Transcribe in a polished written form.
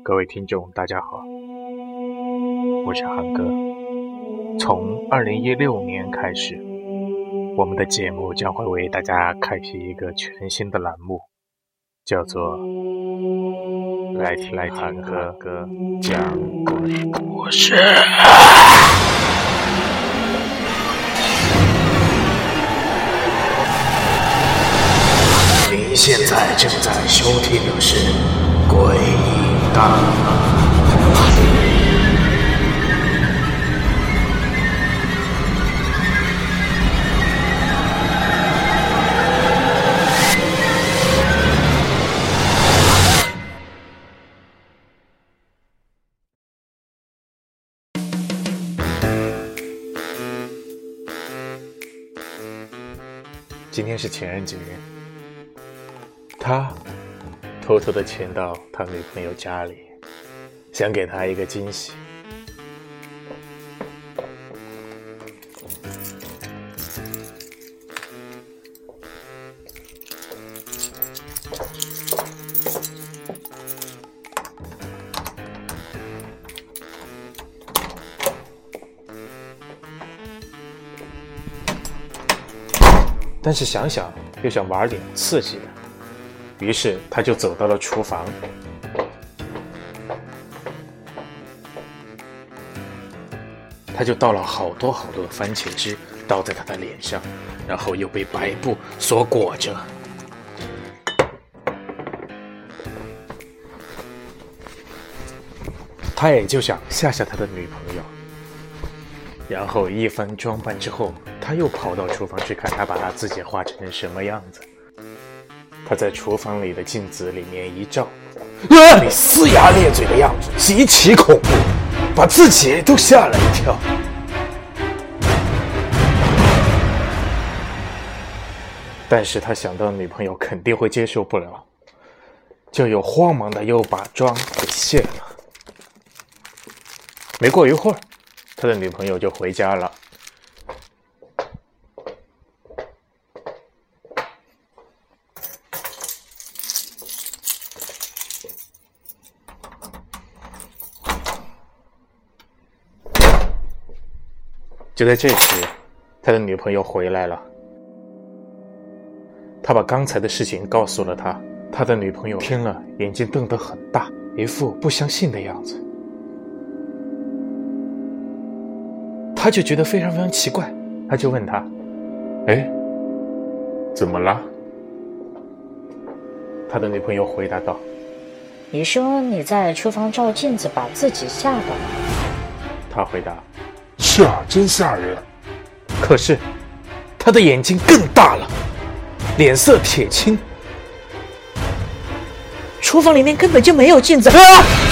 各位听众大家好，我是韩哥。从2016年开始，我们的节目将会为大家开辟一个全新的栏目，叫做来听韩哥讲故事。您现在正在收听的是诡异档案。今天是情人节，他偷偷地潜到他女朋友家里，想给她一个惊喜。但是想想又想玩点刺激的，于是他就走到了厨房。他就倒了好多的番茄汁，倒在他的脸上，然后又被白布所裹着。他也就想吓吓他的女朋友。然后一番装扮之后，他又跑到厨房去看他把他自己画成什么样子。他在厨房里的镜子里面一照，那里呲牙咧嘴的样子极其恐怖，把自己都吓了一跳。但是他想到女朋友肯定会接受不了，就又慌忙的又把妆给卸了。没过一会儿，他的女朋友就回家了。就在这时，他的女朋友回来了。他把刚才的事情告诉了他，他的女朋友听了，眼睛瞪得很大，一副不相信的样子。他就觉得非常奇怪，他就问他：怎么了？他的女朋友回答道： 你说你在厨房照镜子把自己吓到了。 他回答： 是啊，真吓人。 可是他的眼睛更大了，脸色铁青。 厨房里面根本就没有镜子。